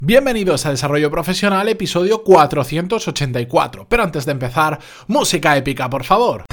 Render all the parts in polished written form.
Bienvenidos a Desarrollo Profesional, episodio 484. Pero antes de empezar, música épica, por favor.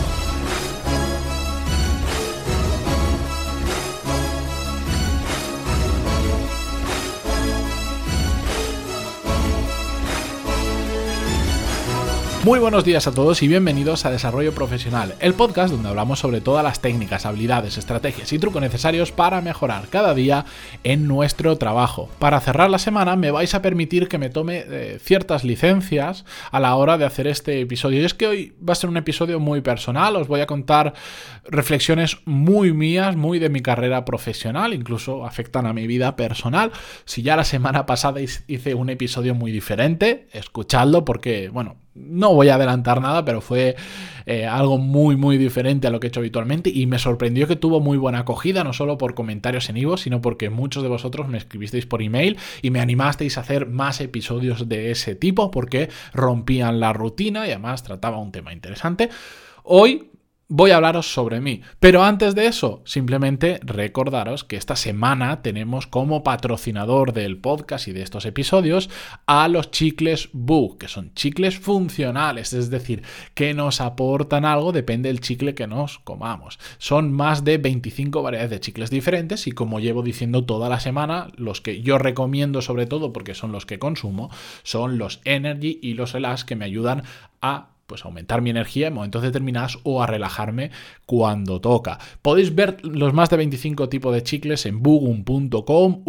Muy buenos días a todos y bienvenidos a Desarrollo Profesional, el podcast donde hablamos sobre todas las técnicas, habilidades, estrategias y trucos necesarios para mejorar cada día en nuestro trabajo. Para cerrar la semana me vais a permitir que me tome ciertas licencias a la hora de hacer este episodio. Y es que hoy va a ser un episodio muy personal, os voy a contar reflexiones muy mías, muy de mi carrera profesional, incluso afectan a mi vida personal. Si ya la semana pasada hice un episodio muy diferente, escuchadlo porque, bueno, no voy a adelantar nada, pero fue algo muy diferente a lo que he hecho habitualmente y me sorprendió que tuvo muy buena acogida, no solo por comentarios en iVoox, sino porque muchos de vosotros me escribisteis por email y me animasteis a hacer más episodios de ese tipo porque rompían la rutina y además trataba un tema interesante. Hoy voy a hablaros sobre mí, pero antes de eso, simplemente recordaros que esta semana tenemos como patrocinador del podcast y de estos episodios a los chicles Bug, que son chicles funcionales, es decir, que nos aportan algo, depende del chicle que nos comamos. Son más de 25 variedades de chicles diferentes y como llevo diciendo toda la semana, los que yo recomiendo sobre todo, porque son los que consumo, son los Energy y los Elash que me ayudan a aumentar mi energía en momentos determinados o a relajarme cuando toca. Podéis ver los más de 25 tipos de chicles en wugum.com,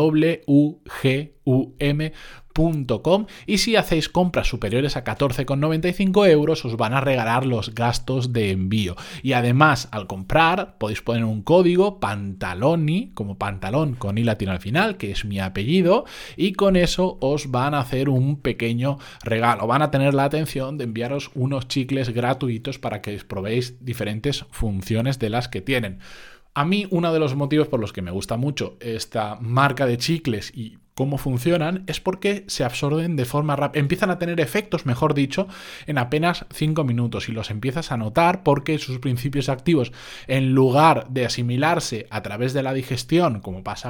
wugum.com, y si hacéis compras superiores a 14,95 euros os van a regalar los gastos de envío. Y además, al comprar, podéis poner un código PANTALONI, como pantalón con i latina al final, que es mi apellido, y con eso os van a hacer un pequeño regalo. Van a tener la atención de enviaros unos chicles gratuitos para que probéis diferentes funciones de las que tienen. A mí, uno de los motivos por los que me gusta mucho esta marca de chicles y cómo funcionan es porque se absorben de forma rápida, empiezan a tener efectos, mejor dicho, en apenas 5 minutos y los empiezas a notar porque sus principios activos, en lugar de asimilarse a través de la digestión, como pasa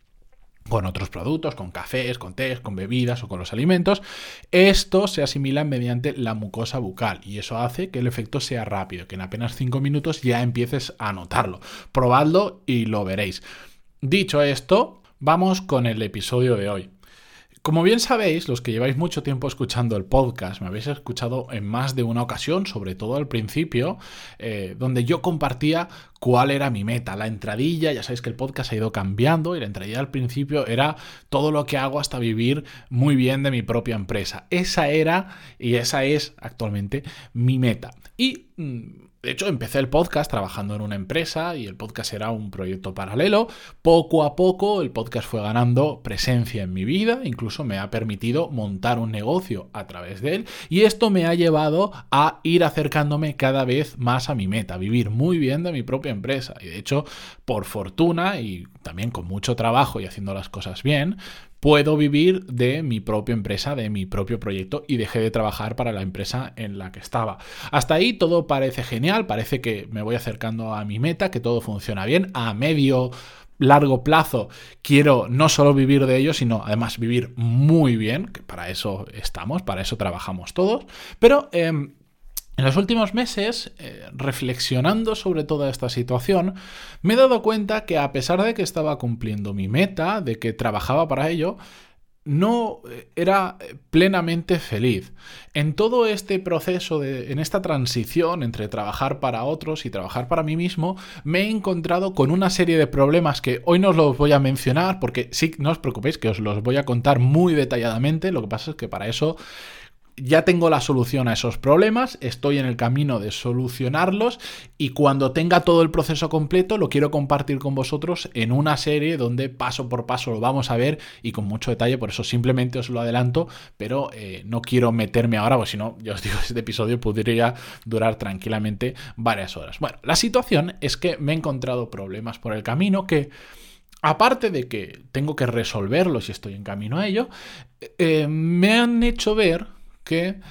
con otros productos, con cafés, con tés, con bebidas o con los alimentos, estos se asimilan mediante la mucosa bucal y eso hace que el efecto sea rápido, que en apenas 5 minutos ya empieces a notarlo. Probadlo y lo veréis. Dicho esto, vamos con el episodio de hoy. Como bien sabéis, los que lleváis mucho tiempo escuchando el podcast, me habéis escuchado en más de una ocasión, sobre todo al principio, donde yo compartía cuál era mi meta. La entradilla, ya sabéis que el podcast ha ido cambiando y la entradilla al principio era todo lo que hago hasta vivir muy bien de mi propia empresa. Esa era y esa es actualmente mi meta. Y de hecho, empecé el podcast trabajando en una empresa y el podcast era un proyecto paralelo. Poco a poco el podcast fue ganando presencia en mi vida, incluso me ha permitido montar un negocio a través de él y esto me ha llevado a ir acercándome cada vez más a mi meta, vivir muy bien de mi propia empresa. Y de hecho, por fortuna y también con mucho trabajo y haciendo las cosas bien, puedo vivir de mi propia empresa, de mi propio proyecto y dejé de trabajar para la empresa en la que estaba. Hasta ahí todo parece genial, parece que me voy acercando a mi meta, que todo funciona bien. A medio largo plazo quiero no solo vivir de ello, sino además vivir muy bien, que para eso estamos, para eso trabajamos todos. Pero en los últimos meses, reflexionando sobre toda esta situación, me he dado cuenta que a pesar de que estaba cumpliendo mi meta, de que trabajaba para ello, no era plenamente feliz. En todo este proceso, en esta transición entre trabajar para otros y trabajar para mí mismo, me he encontrado con una serie de problemas que hoy no os los voy a mencionar, porque sí, no os preocupéis que os los voy a contar muy detalladamente. Lo que pasa es que para eso ya tengo la solución a esos problemas, estoy en el camino de solucionarlos y cuando tenga todo el proceso completo lo quiero compartir con vosotros en una serie donde paso por paso lo vamos a ver y con mucho detalle, por eso simplemente os lo adelanto, pero no quiero meterme ahora, porque si no, ya os digo, este episodio podría durar tranquilamente varias horas. Bueno, la situación es que me he encontrado problemas por el camino que, aparte de que tengo que resolverlos y estoy en camino a ello, me han hecho ver que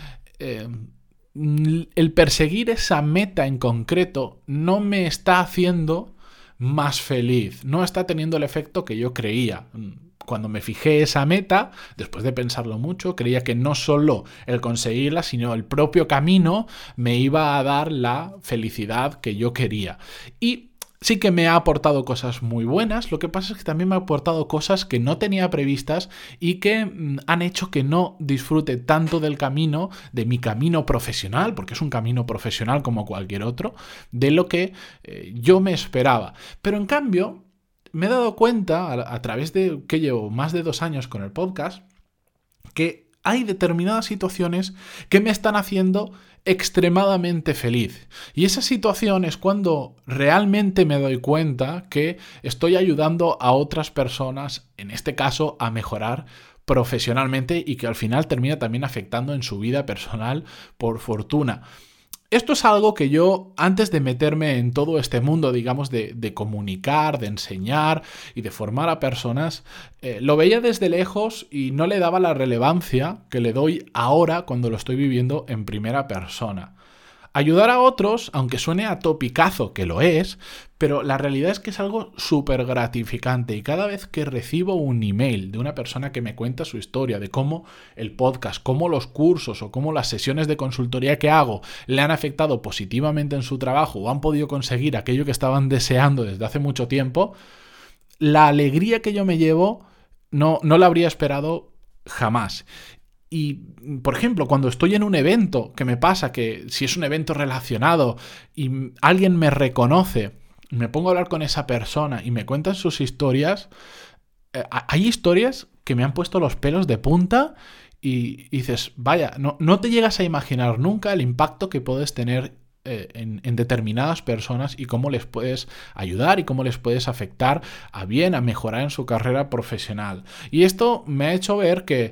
el perseguir esa meta en concreto no me está haciendo más feliz, no está teniendo el efecto que yo creía. cuando me fijé esa meta, después de pensarlo mucho, creía que no solo el conseguirla, sino el propio camino me iba a dar la felicidad que yo quería. Y sí que me ha aportado cosas muy buenas, lo que pasa es que también me ha aportado cosas que no tenía previstas y que han hecho que no disfrute tanto del camino, de mi camino profesional, porque es un camino profesional como cualquier otro, de lo que yo me esperaba. Pero en cambio, me he dado cuenta, a través de que llevo más de 2 años con el podcast, que hay determinadas situaciones que me están haciendo extremadamente feliz. Y esa situación es cuando realmente me doy cuenta que estoy ayudando a otras personas, en este caso, a mejorar profesionalmente y que al final termina también afectando en su vida personal, por fortuna. Esto es algo que yo, antes de meterme en todo este mundo, digamos, de comunicar, de enseñar y de formar a personas, lo veía desde lejos y no le daba la relevancia que le doy ahora cuando lo estoy viviendo en primera persona. Ayudar a otros, aunque suene a topicazo, que lo es, pero la realidad es que es algo súper gratificante y cada vez que recibo un email de una persona que me cuenta su historia, de cómo el podcast, cómo los cursos o cómo las sesiones de consultoría que hago le han afectado positivamente en su trabajo o han podido conseguir aquello que estaban deseando desde hace mucho tiempo, la alegría que yo me llevo no la habría esperado jamás. Y, por ejemplo, cuando estoy en un evento, que me pasa que si es un evento relacionado y alguien me reconoce, me pongo a hablar con esa persona y me cuentan sus historias, hay historias que me han puesto los pelos de punta y dices, vaya, no te llegas a imaginar nunca el impacto que puedes tener en determinadas personas y cómo les puedes ayudar y cómo les puedes afectar a bien, a mejorar en su carrera profesional. Y esto me ha hecho ver que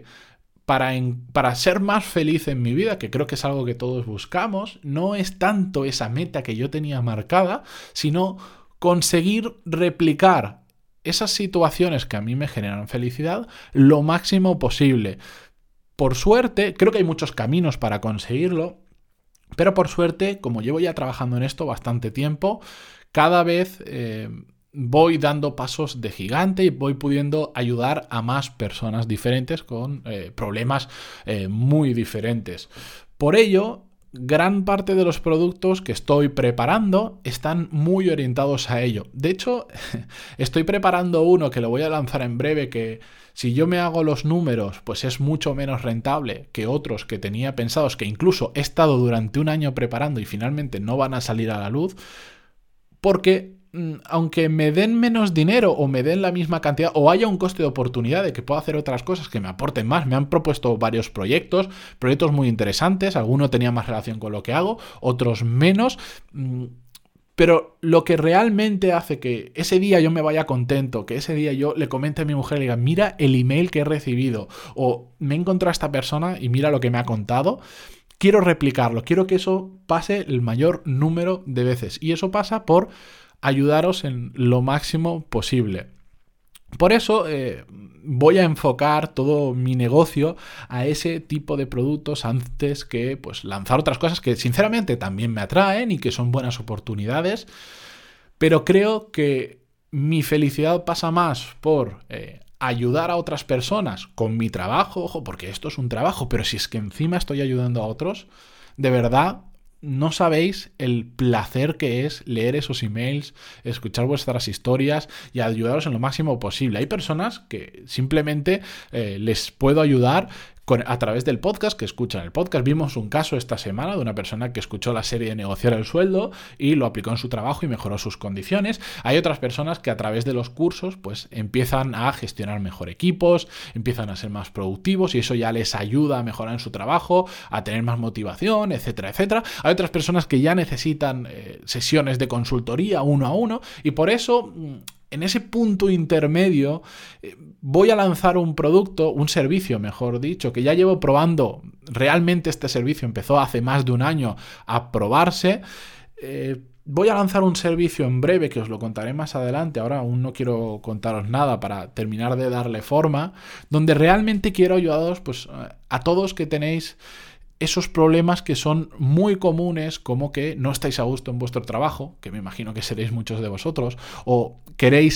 para ser más feliz en mi vida, que creo que es algo que todos buscamos, no es tanto esa meta que yo tenía marcada, sino conseguir replicar esas situaciones que a mí me generan felicidad lo máximo posible. Por suerte, creo que hay muchos caminos para conseguirlo, pero por suerte, como llevo ya trabajando en esto bastante tiempo, cada vez voy dando pasos de gigante y voy pudiendo ayudar a más personas diferentes con problemas muy diferentes. Por ello, gran parte de los productos que estoy preparando están muy orientados a ello. De hecho, estoy preparando uno que lo voy a lanzar en breve, que si yo me hago los números, pues es mucho menos rentable que otros que tenía pensados, que incluso he estado durante un año preparando y finalmente no van a salir a la luz, porque aunque me den menos dinero o me den la misma cantidad o haya un coste de oportunidad de que pueda hacer otras cosas que me aporten más, me han propuesto varios proyectos muy interesantes, algunos tenían más relación con lo que hago, otros menos, pero lo que realmente hace que ese día yo me vaya contento, que ese día yo le comente a mi mujer y le diga, mira el email que he recibido, o me he encontrado a esta persona y mira lo que me ha contado, quiero replicarlo, quiero que eso pase el mayor número de veces, y eso pasa por ayudaros en lo máximo posible. Por eso voy a enfocar todo mi negocio a ese tipo de productos antes que pues lanzar otras cosas que sinceramente también me atraen y que son buenas oportunidades, pero creo que mi felicidad pasa más por ayudar a otras personas con mi trabajo, ojo, porque esto es un trabajo, pero si es que encima estoy ayudando a otros, de verdad no sabéis el placer que es leer esos emails, escuchar vuestras historias y ayudaros en lo máximo posible. Hay personas que simplemente les puedo ayudar a través del podcast, que escuchan el podcast. Vimos un caso esta semana de una persona que escuchó la serie de Negociar el Sueldo y lo aplicó en su trabajo y mejoró sus condiciones. Hay otras personas que a través de los cursos pues empiezan a gestionar mejor equipos, empiezan a ser más productivos y eso ya les ayuda a mejorar en su trabajo, a tener más motivación, etcétera, etcétera. Hay otras personas que ya necesitan sesiones de consultoría uno a uno y por eso en ese punto intermedio voy a lanzar un producto, un servicio, mejor dicho, que ya llevo probando. Realmente este servicio empezó hace más de un año a probarse. Voy a lanzar un servicio en breve que os lo contaré más adelante. Ahora aún no quiero contaros nada para terminar de darle forma, donde realmente quiero ayudaros pues, a todos que tenéis esos problemas que son muy comunes, como que no estáis a gusto en vuestro trabajo, que me imagino que seréis muchos de vosotros, o queréis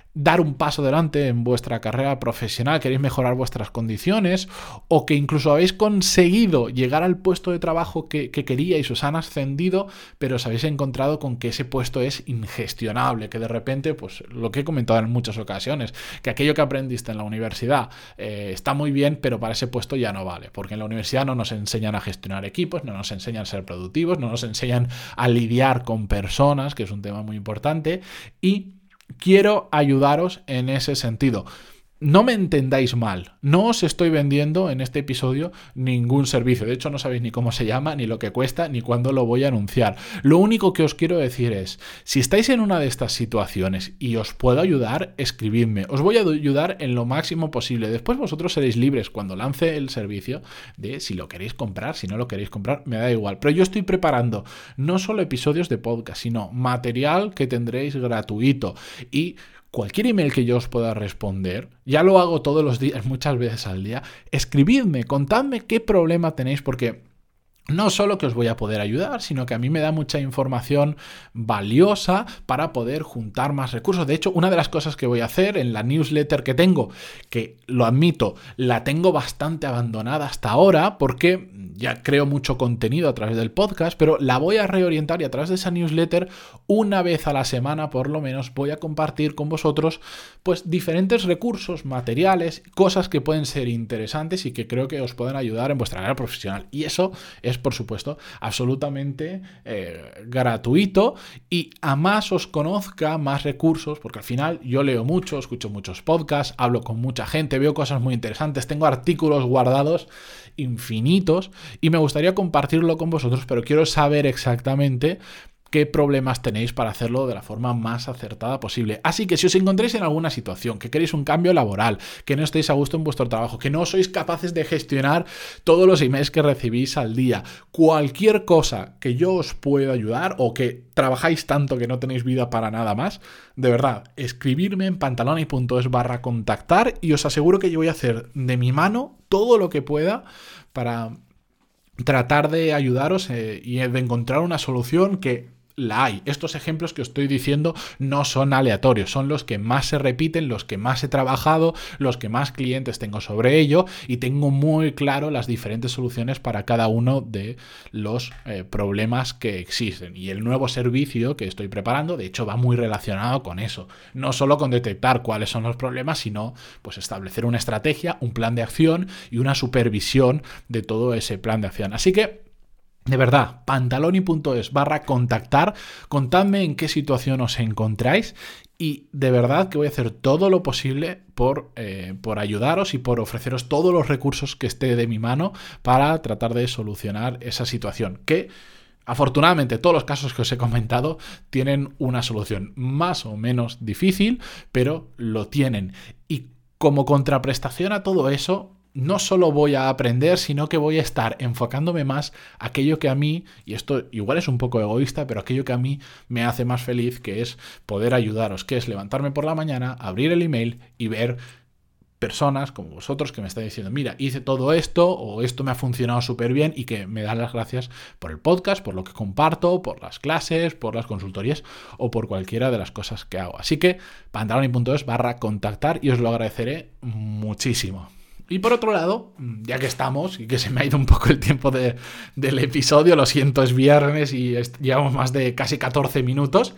dar un paso adelante en vuestra carrera profesional, queréis mejorar vuestras condiciones, o que incluso habéis conseguido llegar al puesto de trabajo que queríais, os han ascendido, pero os habéis encontrado con que ese puesto es ingestionable, que de repente, pues lo que he comentado en muchas ocasiones, que aquello que aprendiste en la universidad está muy bien, pero para ese puesto ya no vale, porque en la universidad no nos enseñan a gestionar equipos, no nos enseñan a ser productivos, no nos enseñan a lidiar con personas, que es un tema muy importante, y quiero ayudaros en ese sentido. No me entendáis mal, no os estoy vendiendo en este episodio ningún servicio. De hecho, no sabéis ni cómo se llama, ni lo que cuesta, ni cuándo lo voy a anunciar. Lo único que os quiero decir es, si estáis en una de estas situaciones y os puedo ayudar, escribidme. Os voy a ayudar en lo máximo posible. Después vosotros seréis libres cuando lance el servicio de si lo queréis comprar, si no lo queréis comprar, me da igual. Pero yo estoy preparando no solo episodios de podcast, sino material que tendréis gratuito. Y cualquier email que yo os pueda responder, ya lo hago todos los días, muchas veces al día, escribidme, contadme qué problema tenéis, porque no solo que os voy a poder ayudar, sino que a mí me da mucha información valiosa para poder juntar más recursos. De hecho, una de las cosas que voy a hacer en la newsletter que tengo, que lo admito, la tengo bastante abandonada hasta ahora, porque ya creo mucho contenido a través del podcast, pero la voy a reorientar y a través de esa newsletter, una vez a la semana por lo menos, voy a compartir con vosotros pues diferentes recursos, materiales, cosas que pueden ser interesantes y que creo que os pueden ayudar en vuestra carrera profesional. Y eso es, por supuesto, absolutamente gratuito, y a más os conozca, más recursos, porque al final yo leo mucho, escucho muchos podcasts, hablo con mucha gente, veo cosas muy interesantes, tengo artículos guardados infinitos y me gustaría compartirlo con vosotros, pero quiero saber exactamente qué problemas tenéis para hacerlo de la forma más acertada posible. Así que si os encontráis en alguna situación, que queréis un cambio laboral, que no estáis a gusto en vuestro trabajo, que no sois capaces de gestionar todos los emails que recibís al día, cualquier cosa que yo os pueda ayudar, o que trabajáis tanto que no tenéis vida para nada más, de verdad, escribirme en pantaloni.es/contactar y os aseguro que yo voy a hacer de mi mano todo lo que pueda para tratar de ayudaros y de encontrar una solución que la hay. Estos ejemplos que os estoy diciendo no son aleatorios, son los que más se repiten, los que más he trabajado, los que más clientes tengo sobre ello, y tengo muy claro las diferentes soluciones para cada uno de los problemas que existen. Y el nuevo servicio que estoy preparando, de hecho, va muy relacionado con eso. No solo con detectar cuáles son los problemas, sino pues establecer una estrategia, un plan de acción y una supervisión de todo ese plan de acción. Así que de verdad, pantaloni.es/contactar, contadme en qué situación os encontráis y de verdad que voy a hacer todo lo posible por ayudaros y por ofreceros todos los recursos que esté de mi mano para tratar de solucionar esa situación, que afortunadamente todos los casos que os he comentado tienen una solución más o menos difícil, pero lo tienen. Y como contraprestación a todo eso, no solo voy a aprender, sino que voy a estar enfocándome más a aquello que a mí, y esto igual es un poco egoísta, pero aquello que a mí me hace más feliz, que es poder ayudaros, que es levantarme por la mañana, abrir el email y ver personas como vosotros que me estáis diciendo, mira, hice todo esto o esto me ha funcionado súper bien, y que me dan las gracias por el podcast, por lo que comparto, por las clases, por las consultorías o por cualquiera de las cosas que hago. Así que pantaloni.es/contactar y os lo agradeceré muchísimo. Y por otro lado, ya que estamos y que se me ha ido un poco el tiempo del episodio, lo siento, es viernes y llevamos más de casi 14 minutos.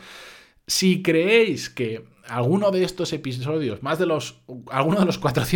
Si creéis que alguno de estos episodios, alguno de los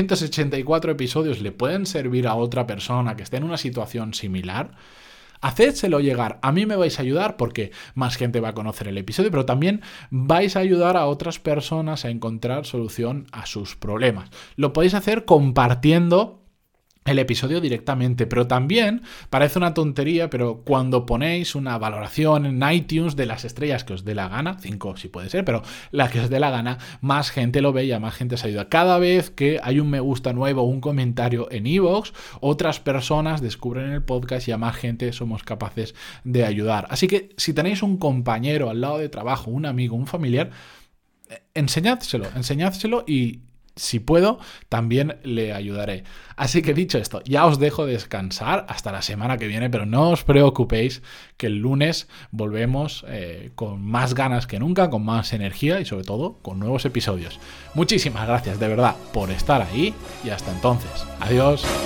484 episodios le pueden servir a otra persona que esté en una situación similar, hacédselo llegar. A mí me vais a ayudar porque más gente va a conocer el episodio, pero también vais a ayudar a otras personas a encontrar solución a sus problemas. Lo podéis hacer compartiendo el episodio directamente, pero también parece una tontería, pero cuando ponéis una valoración en iTunes de las estrellas que os dé la gana, 5 si puede ser, pero la que os dé la gana, más gente lo ve y a más gente se ayuda. Cada vez que hay un me gusta nuevo o un comentario en iVoox, otras personas descubren el podcast y a más gente somos capaces de ayudar. Así que si tenéis un compañero al lado de trabajo, un amigo, un familiar, enseñádselo y si puedo, también le ayudaré. Así que dicho esto, ya os dejo descansar hasta la semana que viene, pero no os preocupéis que el lunes volvemos con más ganas que nunca, con más energía y sobre todo con nuevos episodios. Muchísimas gracias de verdad por estar ahí y hasta entonces. Adiós.